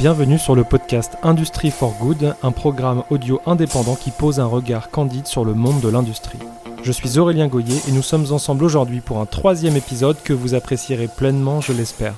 Bienvenue sur le podcast Industry for Good, un programme audio indépendant qui pose un regard candide sur le monde de l'industrie. Je suis Aurélien Goyer et nous sommes ensemble aujourd'hui pour un 3e épisode que vous apprécierez pleinement, je l'espère.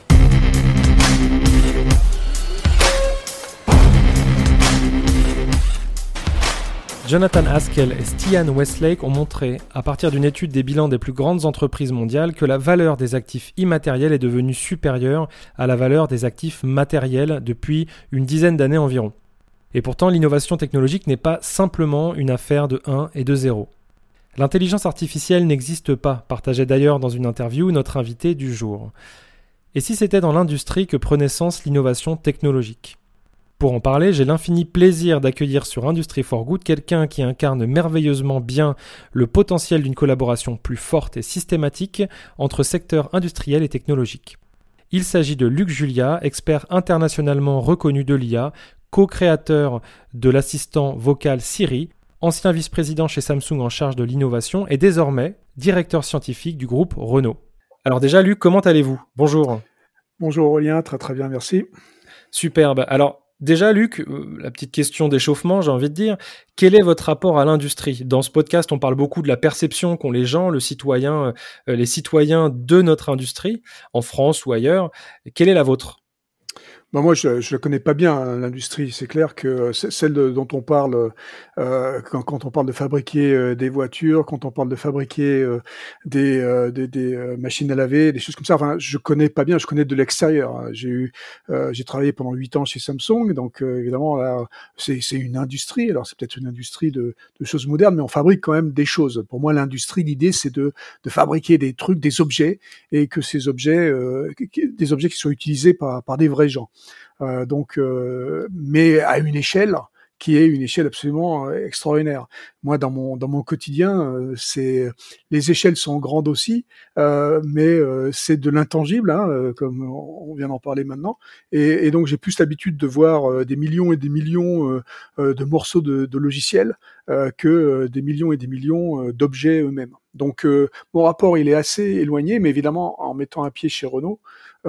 Jonathan Haskell et Stian Westlake ont montré, à partir d'une étude des bilans des plus grandes entreprises mondiales, que la valeur des actifs immatériels est devenue supérieure à la valeur des actifs matériels depuis une dizaine d'années environ. Et pourtant, l'innovation technologique n'est pas simplement une affaire de 1 et de 0. L'intelligence artificielle n'existe pas, partageait d'ailleurs dans une interview notre invité du jour. Et si c'était dans l'industrie que prenait sens l'innovation technologique ? Pour en parler, j'ai l'infini plaisir d'accueillir sur Industry for Good quelqu'un qui incarne merveilleusement bien le potentiel d'une collaboration plus forte et systématique entre secteurs industriels et technologiques. Il s'agit de Luc Julia, expert internationalement reconnu de l'IA, co-créateur de l'assistant vocal Siri, ancien vice-président chez Samsung en charge de l'innovation et désormais directeur scientifique du groupe Renault. Alors déjà, Luc, comment allez-vous ? Bonjour. Bonjour Aurélien, très bien, merci. Superbe. Alors, déjà, Luc, la petite question d'échauffement, j'ai envie de dire, quel est votre rapport à l'industrie ? Dans ce podcast, on parle beaucoup de la perception qu'ont les gens, les citoyens de notre industrie, en France ou ailleurs. Quelle est la vôtre ? Moi, je ne connais pas bien l'industrie. C'est clair que celle dont on parle quand on parle de fabriquer des voitures, quand on parle de fabriquer des machines à laver, des choses comme ça. Enfin, je connais pas bien. Je connais de l'extérieur. J'ai travaillé pendant 8 ans chez Samsung, donc évidemment là, c'est une industrie. Alors c'est peut-être une industrie de choses modernes, mais on fabrique quand même des choses. Pour moi, l'industrie, l'idée, c'est de fabriquer des trucs, des objets, et que ces objets, des objets qui soient utilisés par des vrais gens. Mais à une échelle qui est une échelle absolument extraordinaire. Moi, dans mon quotidien, les échelles sont grandes aussi, mais c'est de l'intangible, comme on vient d'en parler maintenant. Et donc, j'ai plus l'habitude de voir des millions et des millions de morceaux de logiciels que des millions et des millions d'objets eux-mêmes. Donc, mon rapport, il est assez éloigné, mais évidemment, en mettant un pied chez Renault,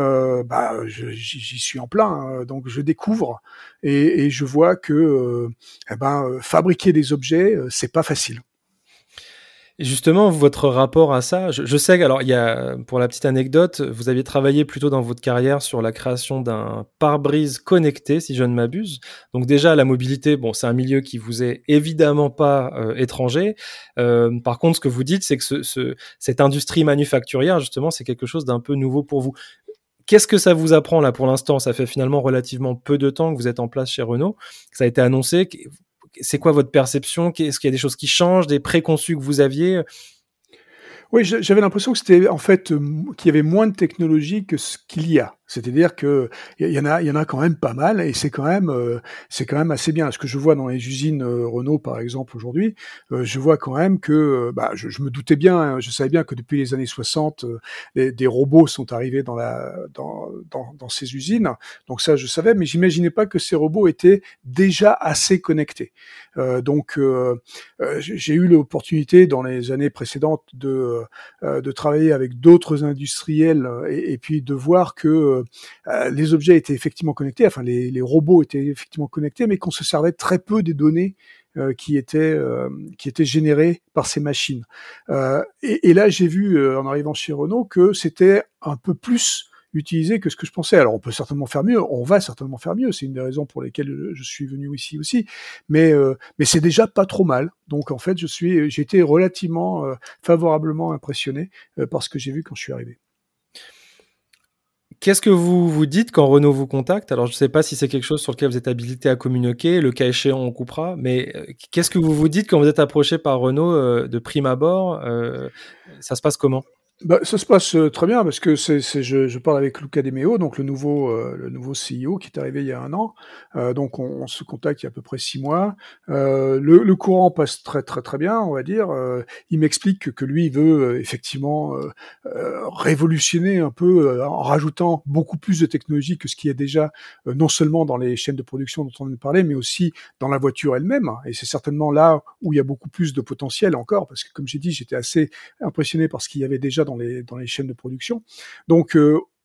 j'y suis en plein. Donc, je découvre et je vois que fabriquer des objets, c'est pas facile. Et justement, votre rapport à ça, je sais alors il y a, pour la petite anecdote, vous aviez travaillé plutôt dans votre carrière sur la création d'un pare-brise connecté, si je ne m'abuse. Donc déjà, la mobilité, bon, c'est un milieu qui vous est évidemment pas étranger. Par contre, ce que vous dites, c'est que cette industrie manufacturière, justement, c'est quelque chose d'un peu nouveau pour vous. Qu'est-ce que ça vous apprend là pour l'instant ? Ça fait finalement relativement peu de temps que vous êtes en place chez Renault. Ça a été annoncé. C'est quoi votre perception ? Est-ce qu'il y a des choses qui changent, des préconçus que vous aviez ? Oui, j'avais l'impression que c'était en fait qu'il y avait moins de technologie que ce qu'il y a. C'est-à-dire que il y en a quand même pas mal et c'est quand même assez bien. Ce que je vois dans les usines Renault par exemple aujourd'hui, je vois quand même que je me doutais bien, je savais bien que depuis les années 60 des robots sont arrivés dans ces usines. Donc ça je savais, mais j'imaginais pas que ces robots étaient déjà assez connectés. J'ai eu l'opportunité dans les années précédentes de travailler avec d'autres industriels et puis de voir que les objets étaient effectivement connectés, enfin les robots étaient effectivement connectés, mais qu'on se servait très peu des données qui étaient générées par ces machines. Et là, j'ai vu en arrivant chez Renault que c'était un peu plus utilisé que ce que je pensais. Alors, on peut certainement faire mieux, on va certainement faire mieux. C'est une des raisons pour lesquelles je suis venu ici aussi. Mais c'est déjà pas trop mal. Donc, en fait, j'ai été relativement favorablement impressionné par ce que j'ai vu quand je suis arrivé. Qu'est-ce que vous vous dites quand Renault vous contacte ? Alors, je ne sais pas si c'est quelque chose sur lequel vous êtes habilité à communiquer. Le cas échéant, on coupera. Mais qu'est-ce que vous vous dites quand vous êtes approché par Renault de prime abord ? Ça se passe comment ? Ça se passe très bien parce que je parle avec Luca De Meo, donc le nouveau CEO qui est arrivé il y a 1 an. Donc on se contacte il y a à peu près 6 mois. Le courant passe très très très bien, on va dire. Il m'explique que lui il veut effectivement révolutionner un peu en rajoutant beaucoup plus de technologie que ce qu'il y a déjà, non seulement dans les chaînes de production dont on vient de parler, mais aussi dans la voiture elle-même. Et c'est certainement là où il y a beaucoup plus de potentiel encore, parce que comme j'ai dit, j'étais assez impressionné par ce qu'il y avait déjà dans les chaînes de production. Donc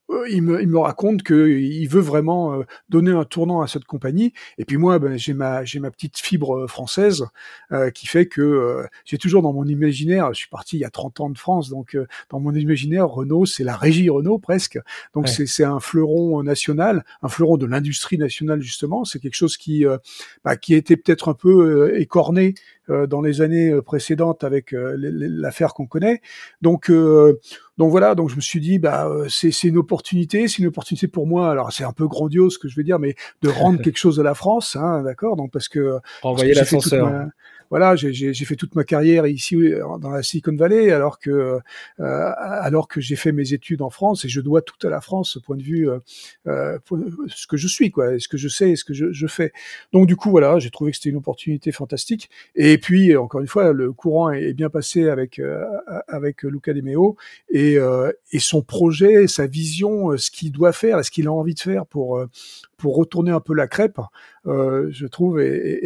il me raconte qu'il veut vraiment donner un tournant à cette compagnie. Et puis moi, ben, j'ai ma petite fibre française qui fait que j'ai toujours dans mon imaginaire, je suis parti il y a 30 ans de France, donc dans mon imaginaire, Renault, c'est la régie Renault presque. Donc Ouais. c'est un fleuron national, un fleuron de l'industrie nationale justement. C'est quelque chose qui était peut-être un peu écorné dans les années précédentes avec l'affaire qu'on connaît. Donc voilà, donc je me suis dit c'est une opportunité, pour moi. Alors c'est un peu grandiose ce que je veux dire, mais de rendre quelque chose à la France, hein, d'accord. Donc parce que Renvoyer j'ai fait toute l'ascenseur. j'ai fait toute ma carrière ici dans la Silicon Valley, alors que j'ai fait mes études en France et je dois tout à la France au point de vue ce que je suis, quoi, ce que je sais, et ce que je fais. Donc du coup voilà, j'ai trouvé que c'était une opportunité fantastique. Et puis encore une fois, le courant est bien passé avec Luca De Meo et son projet, sa vision, ce qu'il doit faire, et ce qu'il a envie de faire pour retourner un peu la crêpe, je trouve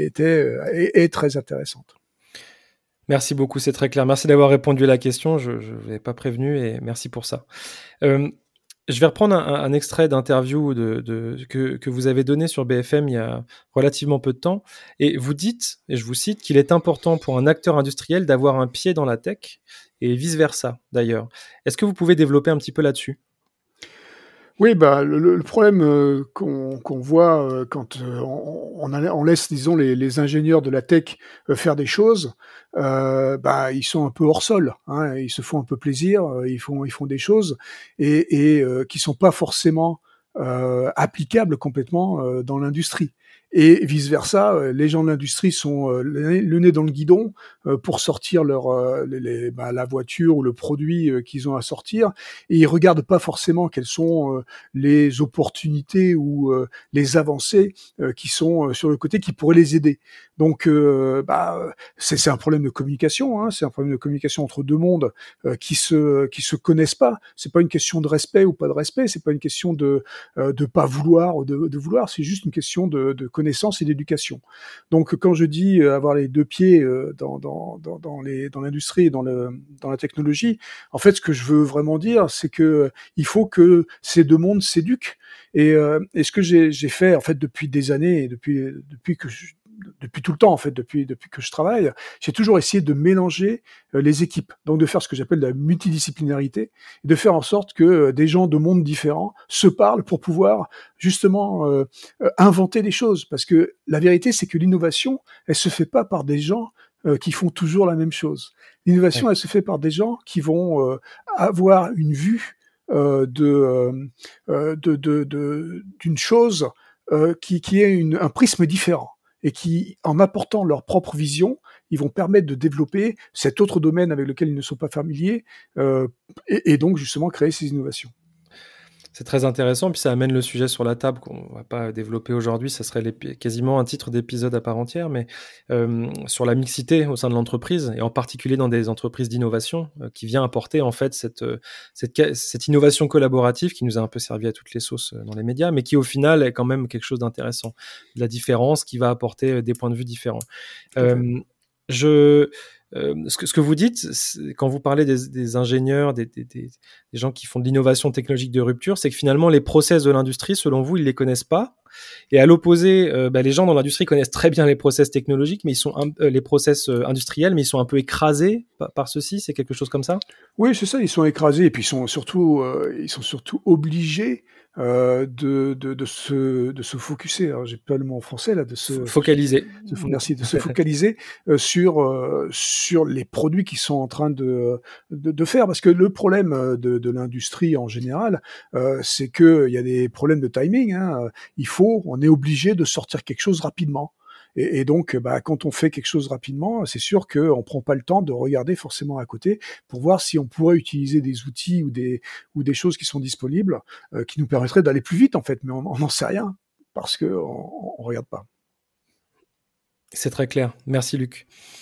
est très intéressante. Merci beaucoup, c'est très clair. Merci d'avoir répondu à la question. Je ne l'avais pas prévenu et merci pour ça. Je vais reprendre un extrait d'interview que vous avez donné sur BFM il y a relativement peu de temps. Et vous dites, et je vous cite, qu'il est important pour un acteur industriel d'avoir un pied dans la tech et vice-versa d'ailleurs. Est-ce que vous pouvez développer un petit peu là-dessus ? Oui, le problème qu'on voit quand on laisse, disons, les ingénieurs de la tech faire des choses, ils sont un peu hors sol, hein, ils se font un peu plaisir, ils font des choses et qui sont pas forcément applicables complètement dans l'industrie. Et vice versa, les gens de l'industrie sont le nez dans le guidon pour sortir la voiture ou le produit qu'ils ont à sortir, et ils regardent pas forcément quelles sont les opportunités ou les avancées qui sont sur le côté qui pourraient les aider. Donc c'est un problème de communication, hein, c'est un problème de communication entre deux mondes qui se connaissent pas. C'est pas une question de respect ou pas de respect, c'est pas une question de pas vouloir ou de vouloir, c'est juste une question de connaissance et d'éducation. Donc quand je dis avoir les deux pieds dans l'industrie et dans la technologie, en fait ce que je veux vraiment dire, c'est que il faut que ces deux mondes s'éduquent. Et ce que j'ai fait en fait depuis des années, et depuis tout le temps en fait, depuis que je travaille, j'ai toujours essayé de mélanger les équipes, donc de faire ce que j'appelle la multidisciplinarité, et de faire en sorte que des gens de mondes différents se parlent pour pouvoir justement inventer des choses. Parce que la vérité, c'est que l'innovation, elle se fait pas par des gens qui font toujours la même chose. L'innovation, Ouais. elle se fait par des gens qui vont avoir une vue d'une chose qui est un prisme différent, et qui, en apportant leur propre vision, ils vont permettre de développer cet autre domaine avec lequel ils ne sont pas familiers, et donc justement créer ces innovations. C'est très intéressant, puis ça amène le sujet sur la table qu'on va pas développer aujourd'hui, ça serait quasiment un titre d'épisode à part entière, mais sur la mixité au sein de l'entreprise, et en particulier dans des entreprises d'innovation, qui vient apporter en fait cette innovation collaborative qui nous a un peu servi à toutes les sauces dans les médias, mais qui au final est quand même quelque chose d'intéressant, de la différence qui va apporter des points de vue différents. Ce que vous dites, quand vous parlez des ingénieurs, des gens qui font de l'innovation technologique de rupture, c'est que finalement les process de l'industrie, selon vous, ils les connaissent pas. Et à l'opposé, les gens dans l'industrie connaissent très bien les process technologiques, mais les process industriels, mais ils sont un peu écrasés par ceci. C'est quelque chose comme ça ? Oui, c'est ça. Ils sont écrasés, et puis ils sont surtout obligés de se focuser. Alors, j'ai pas le mot en français là, Focaliser. merci, de se focaliser sur les produits qu'ils sont en train de faire. Parce que le problème de l'industrie en général, c'est que il y a des problèmes de timing, hein. On est obligé de sortir quelque chose rapidement. Et donc, quand on fait quelque chose rapidement, c'est sûr qu'on prend pas le temps de regarder forcément à côté pour voir si on pourrait utiliser des outils ou des choses qui sont disponibles, qui nous permettraient d'aller plus vite en fait. Mais on n'en sait rien parce que on regarde pas. C'est très clair. Merci Luc.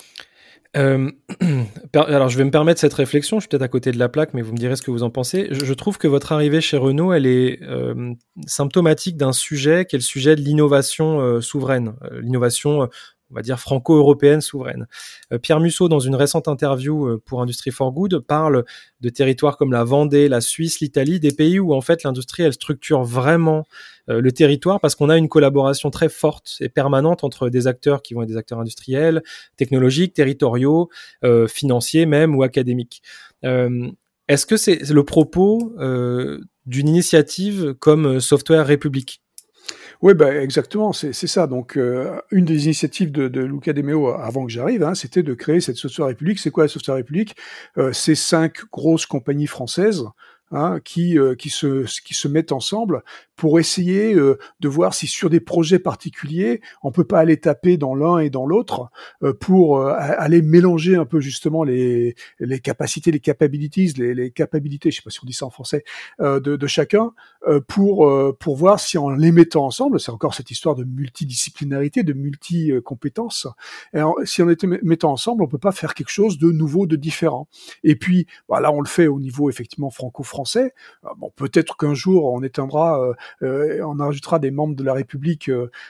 Alors, je vais me permettre cette réflexion. Je suis peut-être à côté de la plaque, mais vous me direz ce que vous en pensez. Je trouve que votre arrivée chez Renault, elle est symptomatique d'un sujet qui est le sujet de l'innovation souveraine. L'innovation on va dire franco-européenne souveraine. Pierre Musso, dans une récente interview pour Industry for Good, parle de territoires comme la Vendée, la Suisse, l'Italie, des pays où en fait l'industrie elle structure vraiment le territoire parce qu'on a une collaboration très forte et permanente entre des acteurs qui vont être des acteurs industriels, technologiques, territoriaux, financiers même ou académiques. Est-ce que c'est le propos d'une initiative comme Software République? Oui, exactement, c'est ça. Donc, une des initiatives de Luca De Meo avant que j'arrive, c'était de créer cette Software République. C'est quoi la Software République? C'est 5 grosses compagnies françaises qui se mettent ensemble pour essayer de voir si sur des projets particuliers, on peut pas aller taper dans l'un et dans l'autre pour aller mélanger un peu justement les capacités, les capabilities, les capacités, je sais pas si on dit ça en français, de chacun pour voir si en les mettant ensemble, c'est encore cette histoire de multidisciplinarité, de multi-compétences, si on était mettant ensemble, on peut pas faire quelque chose de nouveau, de différent. Et puis, là, on le fait au niveau effectivement franco-français. Bon, peut-être qu'un jour, on éteindra, on ajoutera des membres de la République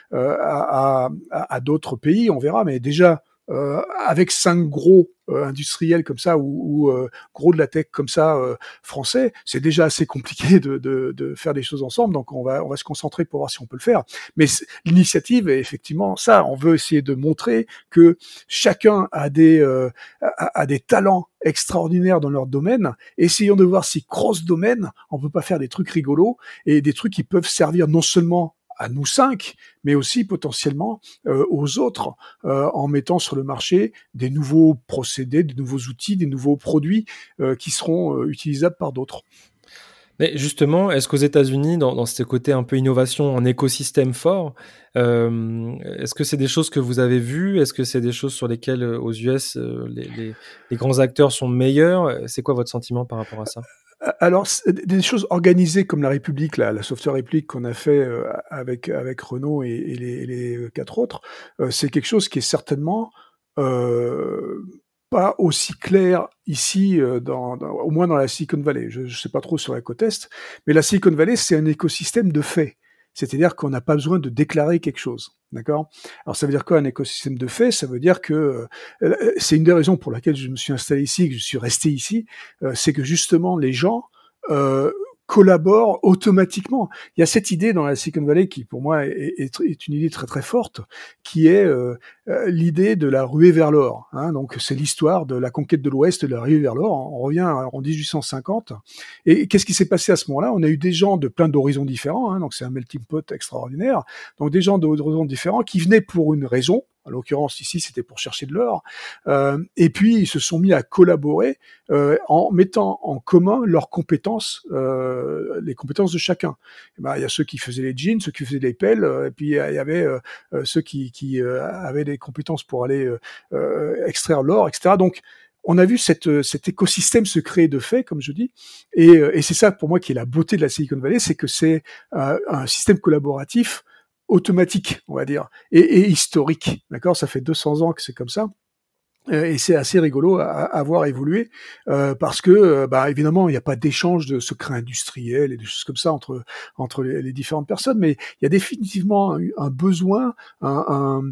à d'autres pays, on verra. Mais déjà, avec 5 gros industriels comme ça ou gros de la tech comme ça français, c'est déjà assez compliqué de faire des choses ensemble. Donc on va se concentrer pour voir si on peut le faire. Mais l'initiative est effectivement ça. On veut essayer de montrer que chacun a des talents extraordinaires dans leur domaine. Essayons de voir si cross-domaine, on peut pas faire des trucs rigolos et des trucs qui peuvent servir non seulement à nous 5, mais aussi potentiellement aux autres, en mettant sur le marché des nouveaux procédés, des nouveaux outils, des nouveaux produits qui seront utilisables par d'autres. Mais justement, est-ce qu'aux États-Unis, dans ce côté un peu innovation en écosystème fort, est-ce que c'est des choses que vous avez vues? Est-ce que c'est des choses sur lesquelles, aux US, les grands acteurs sont meilleurs? C'est quoi votre sentiment par rapport à ça? Alors, des choses organisées comme la République, la Software République qu'on a fait avec Renault et les 4 autres, c'est quelque chose qui est certainement pas aussi clair ici, au moins dans la Silicon Valley. Je sais pas trop sur la côte Est, mais la Silicon Valley, c'est un écosystème de faits. C'est-à-dire qu'on n'a pas besoin de déclarer quelque chose. D'accord? Alors, ça veut dire quoi un écosystème de faits? Ça veut dire que c'est une des raisons pour laquelle je me suis installé ici, que je suis resté ici, c'est que justement les gens collaborent automatiquement. Il y a cette idée dans la Silicon Valley qui, pour moi, est une idée très très forte, qui est l'idée de la ruée vers l'or. Donc, c'est l'histoire de la conquête de l'Ouest, de la ruée vers l'or. On revient en 1850. Et qu'est-ce qui s'est passé à ce moment-là? On a eu des gens de plein d'horizons différents. Donc, c'est un melting pot extraordinaire. Donc, des gens d'horizons différents qui venaient pour une raison. En l'occurrence, ici, c'était pour chercher de l'or. Et puis, ils se sont mis à collaborer en mettant en commun leurs compétences, les compétences de chacun. Il y a ceux qui faisaient les jeans, ceux qui faisaient les pelles, et puis il y avait ceux qui avaient des compétences pour aller extraire l'or, etc. Donc, on a vu cet écosystème se créer de fait, comme je dis, et c'est ça pour moi qui est la beauté de la Silicon Valley, c'est que c'est un système collaboratif automatique, on va dire, et historique. D'accord, ça fait 200 ans que c'est comme ça. Et c'est assez rigolo à voir évoluer parce que évidemment il n'y a pas d'échange de secrets industriels et des choses comme ça entre les différentes personnes, mais il y a définitivement un besoin, une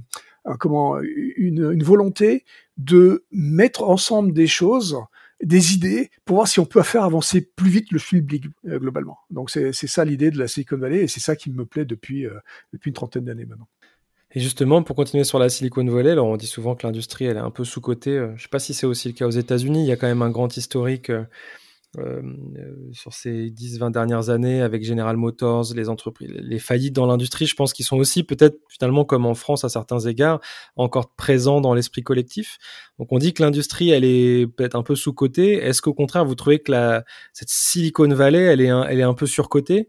volonté de mettre ensemble des choses, des idées pour voir si on peut faire avancer plus vite le fil globalement. Donc c'est ça l'idée de la Silicon Valley et c'est ça qui me plaît depuis une trentaine d'années maintenant. Et justement, pour continuer sur la Silicon Valley, alors on dit souvent que l'industrie elle est un peu sous-cotée. Je ne sais pas si c'est aussi le cas aux États-Unis. Il y a quand même un grand historique sur ces 10-20 dernières années avec General Motors, les entreprises, les faillites dans l'industrie. Je pense qu'ils sont aussi peut-être finalement comme en France à certains égards encore présents dans l'esprit collectif. Donc on dit que l'industrie elle est peut-être un peu sous-cotée. Est-ce qu'au contraire vous trouvez que cette Silicon Valley elle est un peu surcotée?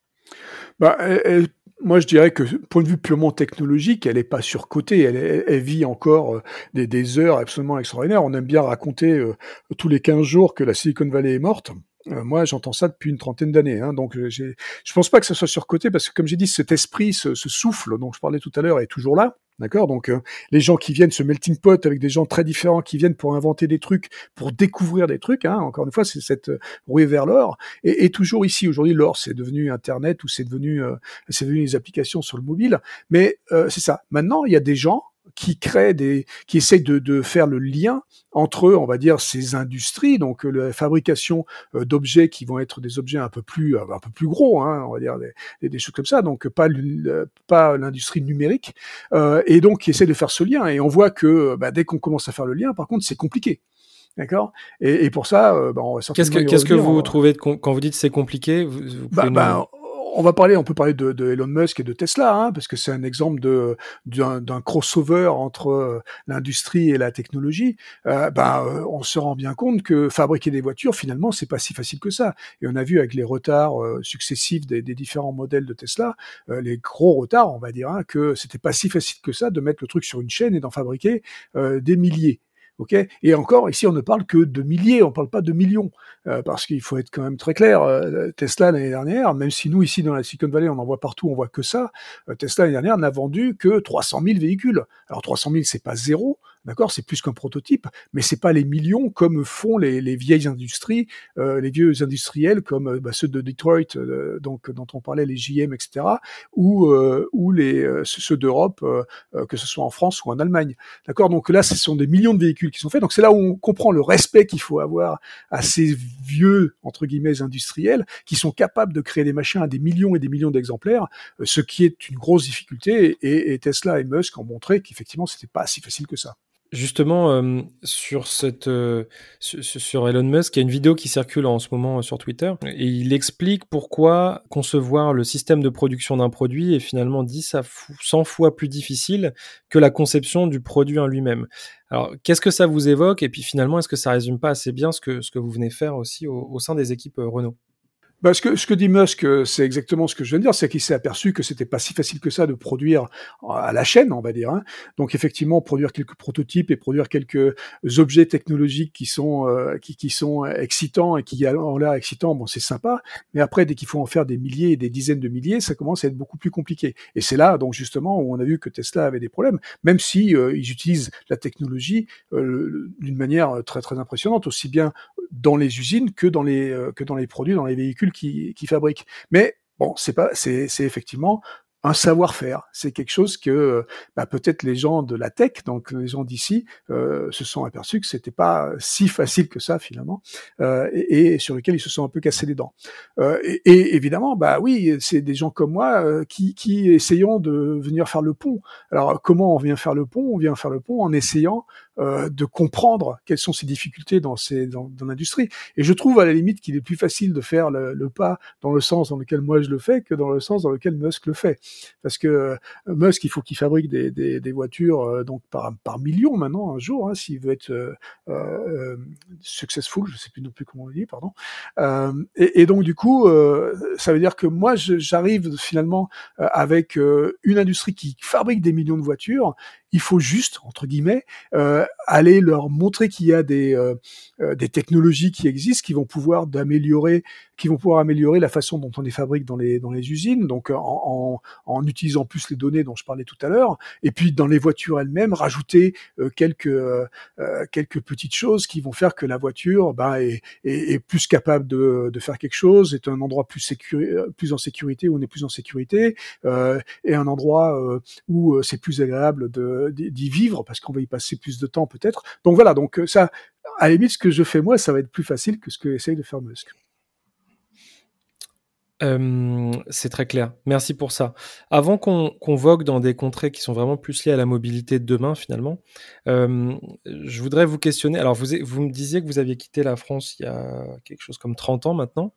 Moi, je dirais que, point de vue purement technologique, elle n'est pas surcotée. Elle vit encore des heures absolument extraordinaires. On aime bien raconter tous les 15 jours que la Silicon Valley est morte. Moi, j'entends ça depuis une trentaine d'années. Donc, je pense pas que ça soit surcoté parce que, comme j'ai dit, cet esprit, ce souffle dont je parlais tout à l'heure est toujours là. D'accord? Donc, les gens qui viennent, ce melting pot avec des gens très différents qui viennent pour inventer des trucs, pour découvrir des trucs, encore une fois, c'est cette ruée vers l'or. Et toujours ici, aujourd'hui, l'or, c'est devenu Internet ou c'est devenu les applications sur le mobile. Mais c'est ça. Maintenant, il y a des gens qui essayent de faire le lien entre, on va dire, ces industries, donc la fabrication d'objets qui vont être des objets un peu plus gros, hein, on va dire des choses comme ça, donc pas l'industrie numérique, et donc qui essaie de faire ce lien. Et on voit que dès qu'on commence à faire le lien, par contre, c'est compliqué. D'accord. Et pour ça, on va certainement Qu'est-ce que vous trouvez quand vous dites c'est compliqué, vous pouvez on peut parler de Elon Musk et de Tesla, hein, parce que c'est un exemple d'un crossover entre l'industrie et la technologie. On se rend bien compte que fabriquer des voitures, finalement, c'est pas si facile que ça. Et on a vu avec les retards successifs des différents modèles de Tesla, les gros retards, on va dire, hein, que c'était pas si facile que ça de mettre le truc sur une chaîne et d'en fabriquer des milliers. Okay. Et encore, ici, on ne parle que de milliers, on ne parle pas de millions, parce qu'il faut être quand même très clair. Tesla, l'année dernière, même si nous, ici, dans la Silicon Valley, on en voit partout, on voit que ça, Tesla, l'année dernière, n'a vendu que 300 000 véhicules. Alors, 300 000, c'est pas zéro, d'accord, c'est plus qu'un prototype, mais c'est pas les millions comme font les vieilles industries, les vieux industriels comme ceux de Detroit, donc dont on parlait, les JM, etc., ou ceux d'Europe, que ce soit en France ou en Allemagne. D'accord, donc là, ce sont des millions de véhicules qui sont faits. Donc c'est là où on comprend le respect qu'il faut avoir à ces vieux, entre guillemets, industriels qui sont capables de créer des machins à des millions et des millions d'exemplaires, ce qui est une grosse difficulté. Et Tesla et Musk ont montré qu'effectivement, c'était pas si facile que ça. Justement, sur Elon Musk, il y a une vidéo qui circule en ce moment sur Twitter et il explique pourquoi concevoir le système de production d'un produit est finalement 100 fois plus difficile que la conception du produit en lui-même. Alors, qu'est-ce que ça vous évoque? Et puis finalement, est-ce que ça résume pas assez bien ce que vous venez faire aussi au sein des équipes Renault? Ce que dit Musk, c'est exactement ce que je viens de dire, c'est qu'il s'est aperçu que c'était pas si facile que ça de produire à la chaîne, on va dire, hein. Donc effectivement, produire quelques prototypes et produire quelques objets technologiques qui sont excitants et qui ont l'air excitants, bon, c'est sympa. Mais après, dès qu'il faut en faire des milliers et des dizaines de milliers, ça commence à être beaucoup plus compliqué. Et c'est là, donc justement, où on a vu que Tesla avait des problèmes, même si ils utilisent la technologie d'une manière très très impressionnante, aussi bien dans les usines que dans les produits, dans les véhicules qui fabriquent. Mais bon, c'est effectivement un savoir-faire. C'est quelque chose que peut-être les gens de la tech, donc les gens d'ici, se sont aperçus que c'était pas si facile que ça finalement, et sur lequel ils se sont un peu cassés les dents. Et évidemment, oui, c'est des gens comme moi qui essayons de venir faire le pont. Alors comment on vient faire le pont? On vient faire le pont en essayant de comprendre quelles sont ces difficultés dans l'industrie. Et je trouve à la limite qu'il est plus facile de faire le pas dans le sens dans lequel moi je le fais que dans le sens dans lequel Musk le fait. Parce que Musk, il faut qu'il fabrique des voitures donc par millions maintenant un jour, hein, s'il veut être successful, je sais plus non plus comment on le dit, pardon. Et donc du coup, ça veut dire que moi j'arrive finalement avec une industrie qui fabrique des millions de voitures. Il faut juste, entre guillemets, aller leur montrer qu'il y a des technologies qui existent, qui vont pouvoir améliorer la façon dont on les fabrique dans les usines, donc en utilisant plus les données dont je parlais tout à l'heure, et puis dans les voitures elles-mêmes, rajouter quelques petites choses qui vont faire que la voiture est plus capable de faire quelque chose, est un endroit plus en sécurité, où on est plus en sécurité, et un endroit où c'est plus agréable d'y vivre parce qu'on va y passer plus de temps peut-être. Donc voilà, donc ça, à la limite, ce que je fais moi, ça va être plus facile que ce que essaye de faire Musk. C'est très clair. Merci pour ça. Avant qu'on vogue dans des contrées qui sont vraiment plus liées à la mobilité de demain, finalement, je voudrais vous questionner. Alors, vous me disiez que vous aviez quitté la France il y a quelque chose comme 30 ans maintenant.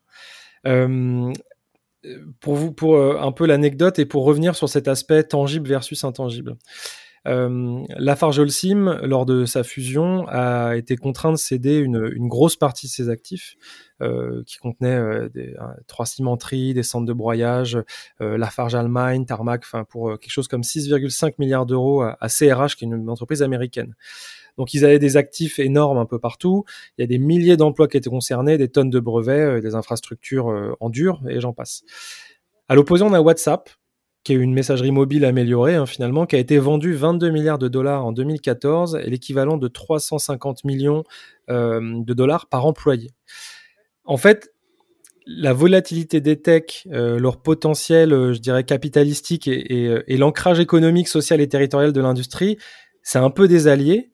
Pour un peu l'anecdote et pour revenir sur cet aspect tangible versus intangible. Lafarge Holcim, lors de sa fusion, a été contraint de céder une grosse partie de ses actifs, qui contenaient 3 cimenteries, des centres de broyage, Lafarge Allemagne, Tarmac, pour quelque chose comme 6,5 milliards d'euros à CRH, qui est une entreprise américaine. Donc ils avaient des actifs énormes un peu partout, il y a des milliers d'emplois qui étaient concernés, des tonnes de brevets, des infrastructures en dur, et j'en passe. À l'opposé, on a WhatsApp, qui est une messagerie mobile améliorée, finalement, qui a été vendue 22 milliards de dollars en 2014 et l'équivalent de 350 millions de dollars par employé. En fait, la volatilité des techs, leur potentiel, je dirais, capitalistique et l'ancrage économique, social et territorial de l'industrie c'est un peu des alliés.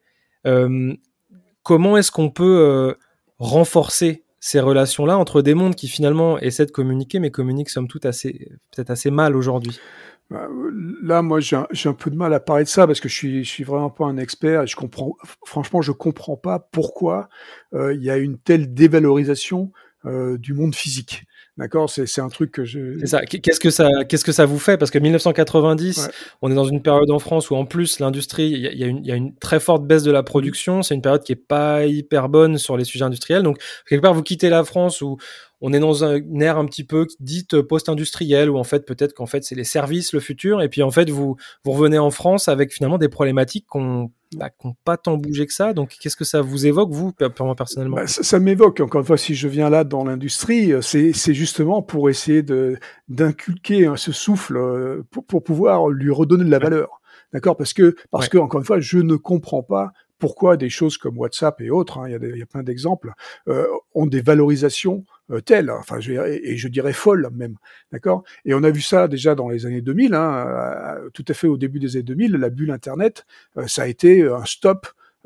Comment est-ce qu'on peut renforcer ces relations-là entre des mondes qui finalement essaient de communiquer, mais communiquent somme toute peut-être assez mal aujourd'hui? Là, moi, j'ai un peu de mal à parler de ça parce que je suis vraiment pas un expert et franchement, je comprends pas pourquoi il y a une telle dévalorisation du monde physique. D'accord? C'est un truc que C'est ça. Qu'est-ce que ça vous fait? Parce que 1990, ouais. on est dans une période en France où en plus l'industrie, il y a une très forte baisse de la production. C'est une période qui est pas hyper bonne sur les sujets industriels. Donc quelque part, vous quittez la France où on est dans une ère un petit peu dite post-industrielle où en fait peut-être qu'en fait c'est les services le futur. Et puis en fait vous revenez en France avec finalement des problématiques qu'on pas tant bougé que ça. Donc qu'est-ce que ça vous évoque vous personnellement? Ça m'évoque, encore une fois, si je viens là dans l'industrie, c'est justement pour essayer d'inculquer ce souffle pour pouvoir lui redonner de la valeur. D'accord? Parce que, encore une fois, je ne comprends pas pourquoi des choses comme WhatsApp et autres, hein, il y a plein d'exemples, ont des valorisations telles, enfin, et je dirais folles même. D'accord? Et on a vu ça déjà dans les années 2000, hein, tout à fait au début des années 2000, la bulle Internet, ça a été un stop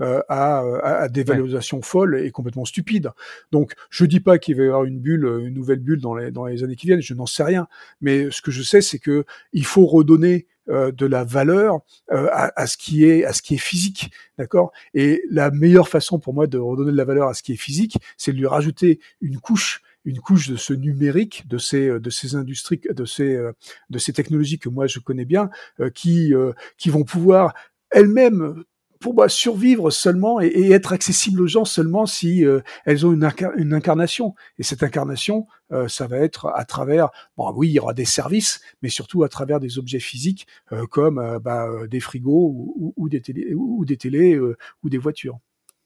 à des valorisations folles et complètement stupides. Donc, je dis pas qu'il va y avoir une nouvelle bulle dans les années qui viennent, je n'en sais rien. Mais ce que je sais, c'est que il faut redonner de la valeur à ce qui est physique, d'accord. Et la meilleure façon pour moi de redonner de la valeur à ce qui est physique, c'est de lui rajouter une couche de ce numérique, de ces industries, de ces technologies que moi je connais bien, qui vont pouvoir elles-mêmes pour survivre seulement et être accessibles aux gens seulement si elles ont une incarnation. Et cette incarnation, ça va être à travers, bon oui, il y aura des services, mais surtout à travers des objets physiques comme des frigos ou des télés ou des voitures.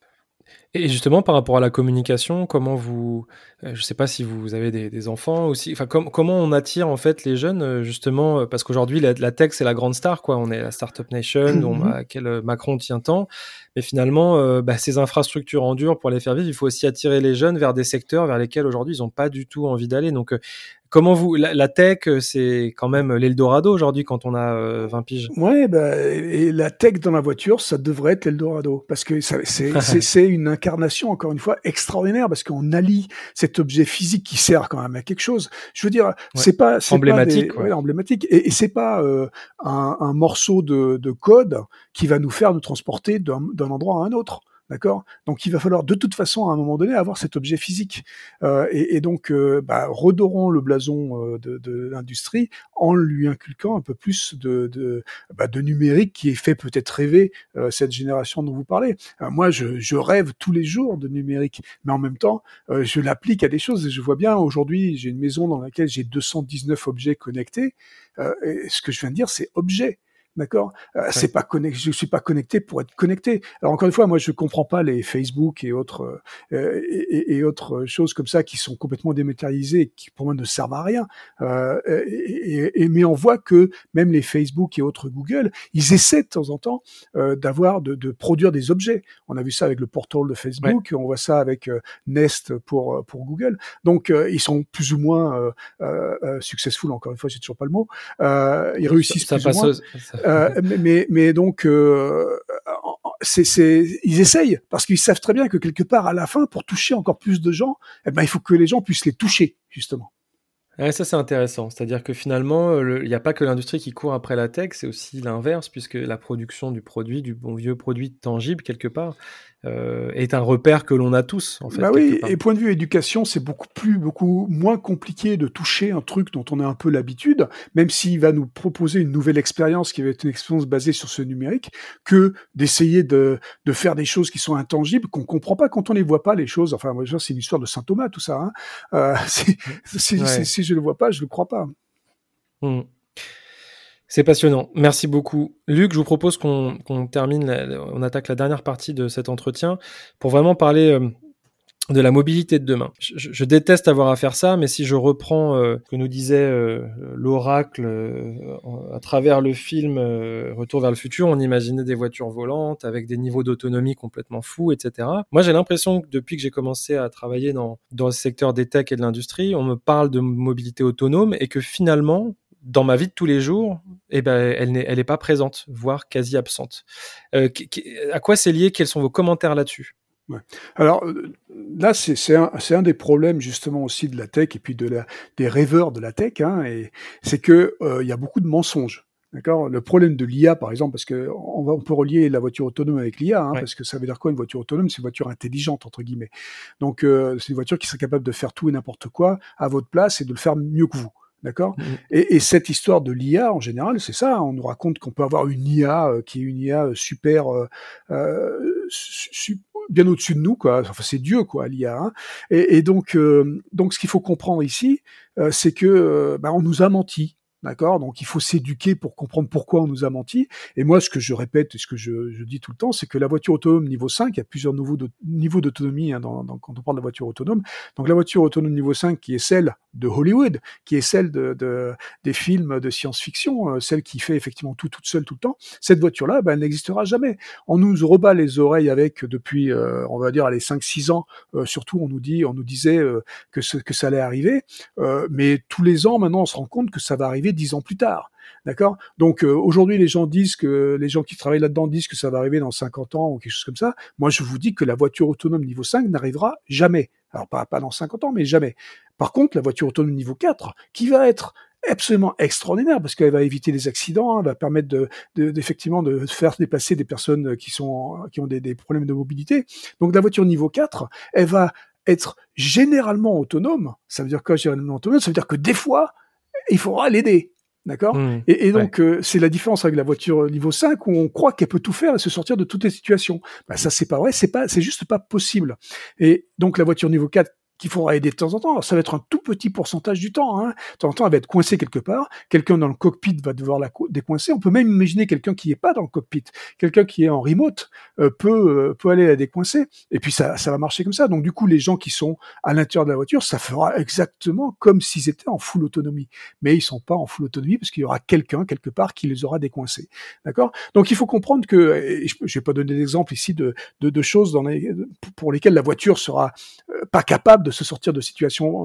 Et justement, par rapport à la communication, comment vous, je sais pas si vous avez des enfants aussi, enfin comment on attire en fait les jeunes justement parce qu'aujourd'hui la tech c'est la grande star quoi, on est la startup nation dont à laquelle Macron tient tant, mais finalement ces infrastructures en dur pour les faire vivre, il faut aussi attirer les jeunes vers des secteurs vers lesquels aujourd'hui ils ont pas du tout envie d'aller. Donc comment vous la tech c'est quand même l'Eldorado aujourd'hui quand on a 20 piges. Ouais, et la tech dans la voiture, ça devrait être l'Eldorado parce que c'est une incarnation encore une fois extraordinaire parce qu'on allie cet objet physique qui sert quand même à quelque chose. Je veux dire, c'est pas emblématique, emblématique et c'est pas un morceau de code qui va nous faire nous transporter d'un endroit à un autre. D'accord? Donc il va falloir de toute façon à un moment donné avoir cet objet physique et donc redorons le blason de l'industrie en lui inculquant un peu plus de numérique qui fait peut-être rêver cette génération dont vous parlez. Moi je rêve tous les jours de numérique, mais en même temps je l'applique à des choses et je vois bien aujourd'hui j'ai une maison dans laquelle j'ai 219 objets connectés et ce que je viens de dire c'est objet. D'accord, c'est pas connecté. Je suis pas connecté pour être connecté. Alors encore une fois, moi je comprends pas les Facebook et autres autres choses comme ça qui sont complètement dématérialisées et qui pour moi ne servent à rien. Mais on voit que même les Facebook et autres Google, ils essaient de temps en temps de produire des objets. On a vu ça avec le portal de Facebook, on voit ça avec Nest pour Google. Donc ils sont plus ou moins successful. Encore une fois, j'ai toujours pas le mot. Ils réussissent plus ou moins. Mais donc, ils essayent parce qu'ils savent très bien que quelque part à la fin, pour toucher encore plus de gens, il faut que les gens puissent les toucher justement. Ouais, ça c'est intéressant. C'est-à-dire que finalement, il n'y a pas que l'industrie qui court après la tech, c'est aussi l'inverse, puisque la production du produit, du bon vieux produit tangible quelque part, est un repère que l'on a tous en fait. Oui, et point de vue éducation, c'est beaucoup moins compliqué de toucher un truc dont on a un peu l'habitude, même s'il va nous proposer une nouvelle expérience qui va être une expérience basée sur ce numérique, que d'essayer de faire des choses qui sont intangibles, qu'on comprend pas quand on les voit pas les choses. Enfin, moi, c'est une histoire de Saint Thomas tout ça. Hein. Si je le vois pas, je le crois pas. Mmh. C'est passionnant. Merci beaucoup. Luc, je vous propose qu'on termine, on attaque la dernière partie de cet entretien pour vraiment parler de la mobilité de demain. Je déteste avoir à faire ça, mais si je reprends ce que nous disait l'oracle à travers le film Retour vers le futur, on imaginait des voitures volantes avec des niveaux d'autonomie complètement fous, etc. Moi, j'ai l'impression que depuis que j'ai commencé à travailler dans le secteur des tech et de l'industrie, on me parle de mobilité autonome et que finalement, dans ma vie de tous les jours, elle est pas présente, voire quasi absente. À quoi c'est lié? Quels sont vos commentaires là-dessus? Ouais. Alors là, c'est un des problèmes justement aussi de la tech et puis des rêveurs de la tech, hein, et c'est que il y a beaucoup de mensonges. D'accord. Le problème de l'IA, par exemple, parce que on peut relier la voiture autonome avec l'IA, hein, Ouais. parce que ça veut dire quoi une voiture autonome? C'est une voiture intelligente entre guillemets. Donc c'est une voiture qui serait capable de faire tout et n'importe quoi à votre place et de le faire mieux que vous. D'accord. Mmh. Et cette histoire de l'IA en général, c'est ça. On nous raconte qu'on peut avoir une IA qui est une IA super bien au-dessus de nous, quoi. Enfin, c'est Dieu, quoi, l'IA. Hein. Et donc, ce qu'il faut comprendre ici, c'est que on nous a menti. D'accord. Donc, il faut s'éduquer pour comprendre pourquoi on nous a menti. Et moi, ce que je répète et ce que je dis tout le temps, c'est que la voiture autonome niveau 5, il y a plusieurs niveaux d'autonomie hein, quand on parle de voiture autonome. Donc, la voiture autonome niveau 5, qui est celle de Hollywood, qui est celle des films de science-fiction, celle qui fait effectivement tout toute seule tout le temps, cette voiture-là, elle n'existera jamais. On nous rebat les oreilles avec depuis, on va dire, les 5-6 ans. Surtout, on nous disait que ça allait arriver. Mais tous les ans, maintenant, on se rend compte que ça va arriver 10 ans plus tard. D'accord. Donc aujourd'hui, les gens qui travaillent là-dedans disent que ça va arriver dans 50 ans ou quelque chose comme ça. Moi, je vous dis que la voiture autonome niveau 5 n'arrivera jamais. Alors pas dans 50 ans, mais jamais. Par contre, la voiture autonome niveau 4, qui va être absolument extraordinaire parce qu'elle va éviter les accidents, hein, va permettre effectivement de faire déplacer des personnes qui ont des problèmes de mobilité. Donc la voiture niveau 4, elle va être généralement autonome. Ça veut dire quoi, généralement autonome? Ça veut dire que des fois, il faudra l'aider. D'accord. Mmh. Et donc, c'est la différence avec la voiture niveau 5 où on croit qu'elle peut tout faire et se sortir de toutes les situations. Ça, c'est pas vrai, c'est juste pas possible. Et donc, la voiture niveau 4, qu'il faudra aider de temps en temps. Alors, ça va être un tout petit pourcentage du temps. Hein. De temps en temps, elle va être coincée quelque part. Quelqu'un dans le cockpit va devoir la décoincer. On peut même imaginer quelqu'un qui n'est pas dans le cockpit, quelqu'un qui est en remote peut aller la décoincer. Et puis ça va marcher comme ça. Donc du coup, les gens qui sont à l'intérieur de la voiture, ça fera exactement comme s'ils étaient en full autonomie. Mais ils sont pas en full autonomie parce qu'il y aura quelqu'un quelque part qui les aura décoincés. D'accord. Donc il faut comprendre que, et je vais pas donner d'exemple ici de choses pour lesquelles la voiture sera pas capable de se sortir de situations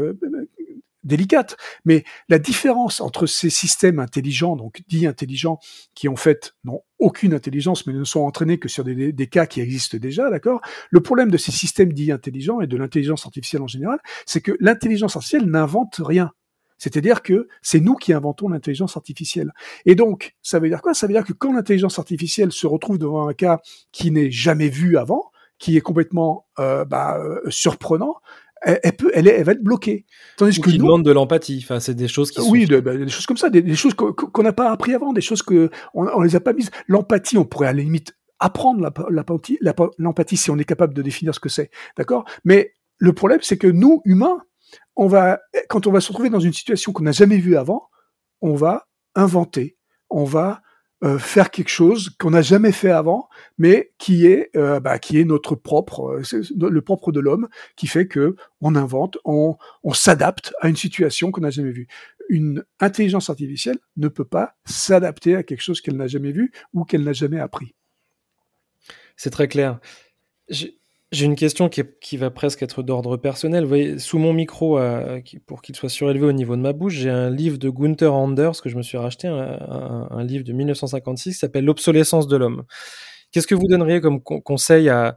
délicates. Mais la différence entre ces systèmes intelligents, donc dits intelligents, qui en fait n'ont aucune intelligence, mais ne sont entraînés que sur des cas qui existent déjà, d'accord. Le problème de ces systèmes dits intelligents et de l'intelligence artificielle en général, c'est que l'intelligence artificielle n'invente rien. C'est-à-dire que c'est nous qui inventons l'intelligence artificielle. Et donc, ça veut dire quoi? Ça veut dire que quand l'intelligence artificielle se retrouve devant un cas qui n'est jamais vu avant, qui est complètement surprenant, elle va être bloquée. Tandis Ou que qui nous, demande de l'empathie. Enfin, c'est des choses qui sont. oui, des choses comme ça, des choses qu'on n'a pas appris avant, des choses on les a pas mises. L'empathie, on pourrait à la limite apprendre l'empathie si on est capable de définir ce que c'est, d'accord. Mais le problème, c'est que nous, humains, quand on va se retrouver dans une situation qu'on n'a jamais vue avant, on va inventer, on va faire quelque chose qu'on n'a jamais fait avant, mais qui est notre propre, le propre de l'homme, qui fait que on invente, on s'adapte à une situation qu'on n'a jamais vue. Une intelligence artificielle ne peut pas s'adapter à quelque chose qu'elle n'a jamais vu ou qu'elle n'a jamais appris. C'est très clair. J'ai une question qui va presque être d'ordre personnel. Vous voyez, sous mon micro, pour qu'il soit surélevé au niveau de ma bouche, j'ai un livre de Gunther Anders que je me suis racheté, un livre de 1956 qui s'appelle L'obsolescence de l'homme. Qu'est-ce que vous donneriez comme conseil à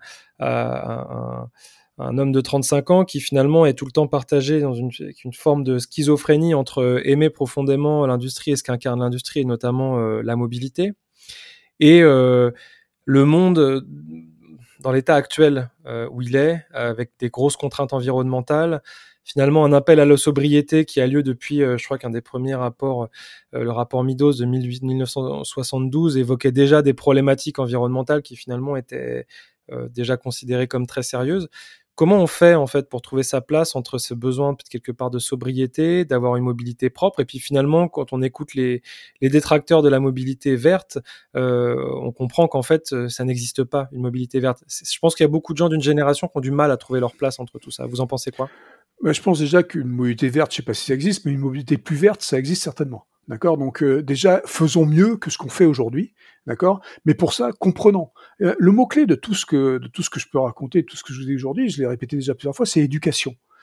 un homme de 35 ans qui finalement est tout le temps partagé avec une forme de schizophrénie entre aimer profondément l'industrie et ce qu'incarne l'industrie, et notamment la mobilité, et le monde dans l'état actuel où il est, avec des grosses contraintes environnementales, finalement un appel à la sobriété qui a lieu depuis, je crois qu'un des premiers rapports, le rapport Meadows de 1972, évoquait déjà des problématiques environnementales qui finalement étaient déjà considérées comme très sérieuses. Comment on fait en fait pour trouver sa place entre ce besoin peut-être quelque part de sobriété, d'avoir une mobilité propre, et puis finalement quand on écoute les détracteurs de la mobilité verte, on comprend qu'en fait ça n'existe pas, une mobilité verte. Je pense qu'il y a beaucoup de gens d'une génération qui ont du mal à trouver leur place entre tout ça. Vous en pensez quoi? Je pense déjà qu'une mobilité verte, je ne sais pas si ça existe, mais une mobilité plus verte, ça existe certainement. D'accord. Donc déjà, faisons mieux que ce qu'on fait aujourd'hui, d'accord. Mais pour ça, comprenons. Le mot clé de tout ce que je peux raconter, tout ce que je vous dis aujourd'hui, je l'ai répété déjà plusieurs fois, c'est éducation.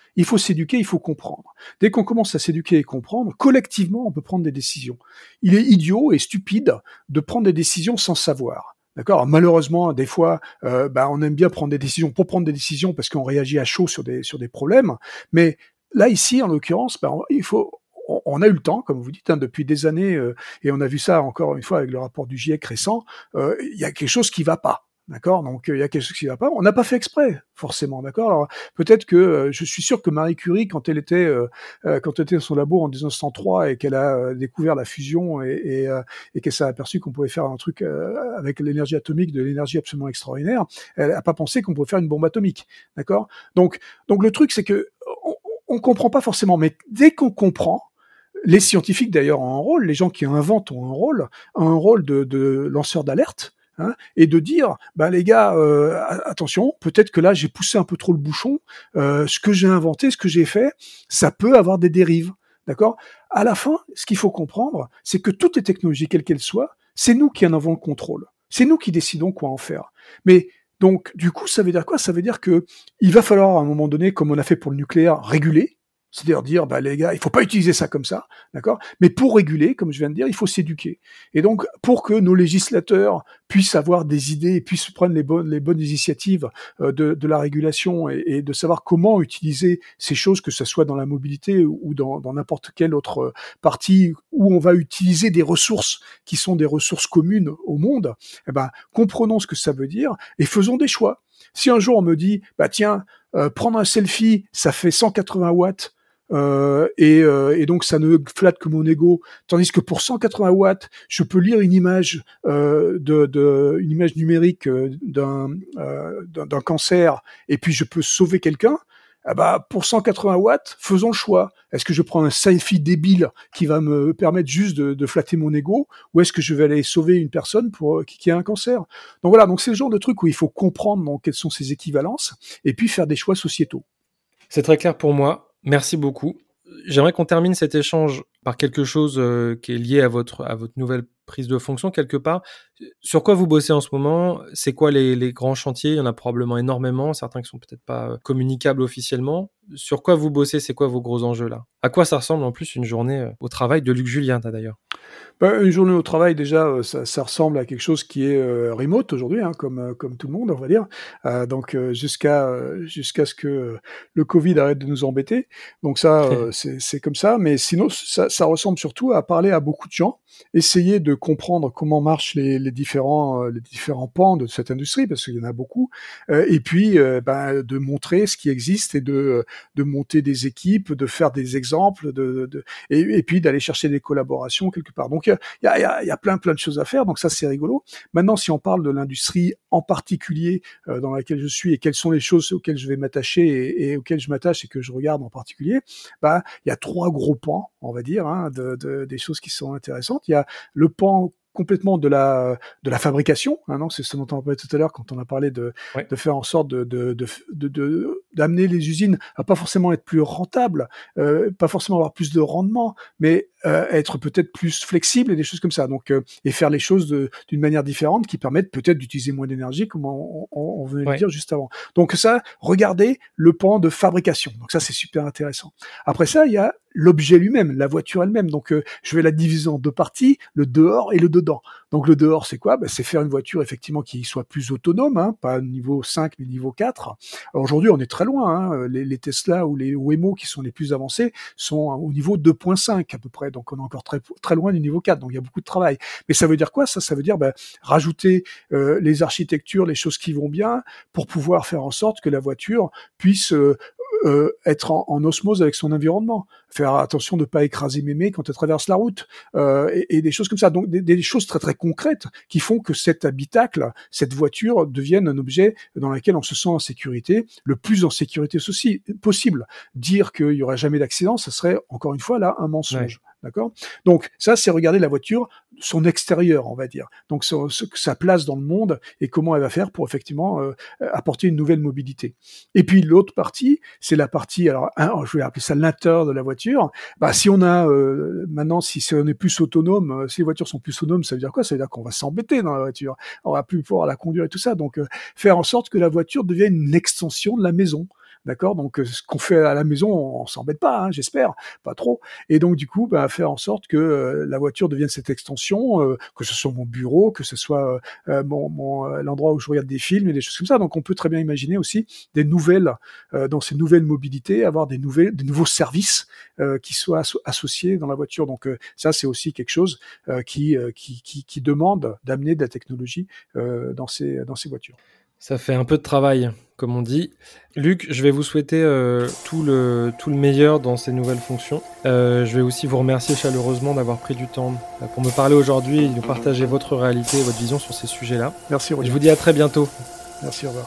Il faut s'éduquer, il faut comprendre. Dès qu'on commence à s'éduquer et comprendre, collectivement, on peut prendre des décisions. Il est idiot et stupide de prendre des décisions sans savoir. D'accord. Malheureusement, des fois, on aime bien prendre des décisions pour prendre des décisions parce qu'on réagit à chaud sur des problèmes. Mais là, ici, en l'occurrence, on a eu le temps, comme vous dites, depuis des années, et on a vu ça encore une fois avec le rapport du GIEC récent. Il y a quelque chose qui va pas. D'accord, donc il y a quelque chose qui va pas. On n'a pas fait exprès, forcément. D'accord. Alors peut-être que je suis sûr que Marie Curie, quand elle était dans son labo en 1903 et qu'elle a découvert la fusion et qu'elle s'est aperçue qu'on pouvait faire un truc avec l'énergie atomique, de l'énergie absolument extraordinaire, elle a pas pensé qu'on pouvait faire une bombe atomique. D'accord. Donc le truc c'est que on comprend pas forcément, mais dès qu'on comprend, les scientifiques d'ailleurs ont un rôle, les gens qui inventent ont un rôle de lanceur d'alerte. Hein, et de dire, les gars, attention, peut-être que là j'ai poussé un peu trop le bouchon, ce que j'ai inventé, ce que j'ai fait, ça peut avoir des dérives, d'accord. À la fin, ce qu'il faut comprendre, c'est que toutes les technologies, quelles qu'elles soient, c'est nous qui en avons le contrôle, c'est nous qui décidons quoi en faire. Mais donc, du coup, ça veut dire quoi? Ça veut dire que il va falloir à un moment donné, comme on a fait pour le nucléaire, réguler. C'est-à-dire dire, les gars, il faut pas utiliser ça comme ça, d'accord? Mais pour réguler, comme je viens de dire, il faut s'éduquer. Et donc, pour que nos législateurs puissent avoir des idées et puissent prendre les bonnes initiatives de la régulation et de savoir comment utiliser ces choses, que ce soit dans la mobilité ou dans n'importe quelle autre partie où on va utiliser des ressources qui sont des ressources communes au monde, comprenons ce que ça veut dire et faisons des choix. Si un jour on me dit, prendre un selfie, ça fait 180 watts, et donc ça ne flatte que mon ego, tandis que pour 180 watts, je peux lire une image une image numérique d'un cancer, et puis je peux sauver quelqu'un. Pour 180 watts, faisons le choix. Est-ce que je prends un selfie débile qui va me permettre juste de flatter mon ego, ou est-ce que je vais aller sauver une personne qui a un cancer? Donc voilà, donc c'est le genre de truc où il faut comprendre quelles sont ces équivalences, et puis faire des choix sociétaux. C'est très clair pour moi. Merci beaucoup. J'aimerais qu'on termine cet échange par quelque chose qui est lié à votre nouvelle prise de fonction quelque part. Sur quoi vous bossez en ce moment? C'est quoi les grands chantiers? Il y en a probablement énormément, certains qui sont peut-être pas communicables officiellement. Sur quoi vous bossez? C'est quoi vos gros enjeux là? À quoi ça ressemble en plus une journée au travail de Luc Julien d'ailleurs? Une journée au travail, déjà, ça ressemble à quelque chose qui est remote aujourd'hui, hein, comme tout le monde, on va dire. Donc jusqu'à ce que le Covid arrête de nous embêter. Donc ça, c'est comme ça. Mais sinon, ça ressemble surtout à parler à beaucoup de gens, essayer de comprendre comment marchent les différents pans de cette industrie, parce qu'il y en a beaucoup. Et puis, de montrer ce qui existe et de monter des équipes, de faire des exemples, et puis d'aller chercher des collaborations quelque part. Donc il y a plein de choses à faire, donc ça c'est rigolo. Maintenant, si on parle de l'industrie en particulier dans laquelle je suis et quelles sont les choses auxquelles je vais m'attacher et auxquelles je m'attache et que je regarde en particulier, il y a 3 gros pans, on va dire, hein, des choses qui sont intéressantes. Il y a le pan complètement de la fabrication, hein, non, c'est ce dont on parlait tout à l'heure quand on a parlé de faire en sorte d'amener les usines à pas forcément être plus rentables, pas forcément avoir plus de rendement, mais être peut-être plus flexible et des choses comme ça. Donc et faire les choses d'une manière différente qui permettent peut-être d'utiliser moins d'énergie, comme on venait de le dire juste avant. Donc ça, regardez le pan de fabrication. Donc ça, c'est super intéressant. Après ça, il y a l'objet lui-même, la voiture elle-même. Donc je vais la diviser en 2 parties, le dehors et le dedans. Donc le dehors, c'est quoi? C'est faire une voiture effectivement qui soit plus autonome, hein, pas niveau 5 mais niveau 4. Alors aujourd'hui, on est très loin, hein. Les Tesla ou les Waymo qui sont les plus avancés sont au niveau 2.5 à peu près. Donc on est encore très très loin du niveau 4. Donc il y a beaucoup de travail. Mais ça veut dire quoi? Ça veut dire rajouter les architectures, les choses qui vont bien pour pouvoir faire en sorte que la voiture puisse être en osmose avec son environnement, faire attention de ne pas écraser mémé quand elle traverse la route, et des choses comme ça. Donc des choses très très concrètes qui font que cet habitacle, cette voiture devienne un objet dans lequel on se sent en sécurité, le plus en sécurité possible. Dire qu'il y aura jamais d'accident, ça serait encore une fois là un mensonge. D'accord? Donc ça, c'est regarder la voiture, son extérieur, on va dire. Donc sa place dans le monde et comment elle va faire pour effectivement apporter une nouvelle mobilité. Et puis l'autre partie, c'est la partie, alors je vais appeler ça l'intérieur de la voiture. Si on a maintenant, si on est plus autonome, si les voitures sont plus autonomes, ça veut dire quoi? Ça veut dire qu'on va s'embêter dans la voiture. On va plus pouvoir la conduire et tout ça. Donc faire en sorte que la voiture devienne une extension de la maison. d'accord? Donc ce qu'on fait à la maison, on s'embête pas, hein, j'espère, pas trop. Et donc du coup, faire en sorte que la voiture devienne cette extension, que ce soit mon bureau, que ce soit l'endroit où je regarde des films et des choses comme ça. Donc on peut très bien imaginer aussi des nouvelles, dans ces nouvelles mobilités, avoir des nouveaux services qui soient associés dans la voiture. Donc ça, c'est aussi quelque chose qui demande d'amener de la technologie dans ces voitures. Ça fait un peu de travail, comme on dit. Luc, je vais vous souhaiter tout le meilleur dans ces nouvelles fonctions. Je vais aussi vous remercier chaleureusement d'avoir pris du temps pour me parler aujourd'hui et de partager votre réalité et votre vision sur ces sujets-là. Merci, Roger. Je vous dis à très bientôt. Merci, au revoir.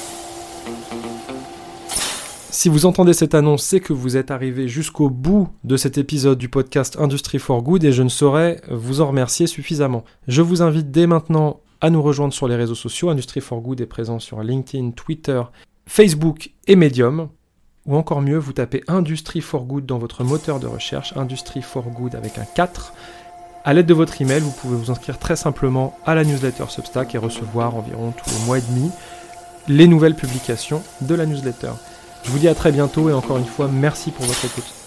Si vous entendez cette annonce, c'est que vous êtes arrivé jusqu'au bout de cet épisode du podcast Industry for Good et je ne saurais vous en remercier suffisamment. Je vous invite dès maintenant à nous rejoindre sur les réseaux sociaux. Industry for Good est présent sur LinkedIn, Twitter, Facebook et Medium. Ou encore mieux, vous tapez Industry for Good dans votre moteur de recherche, Industry for Good avec un 4. À l'aide de votre email, vous pouvez vous inscrire très simplement à la newsletter Substack et recevoir environ tous les mois et demi les nouvelles publications de la newsletter. Je vous dis à très bientôt et encore une fois, merci pour votre écoute.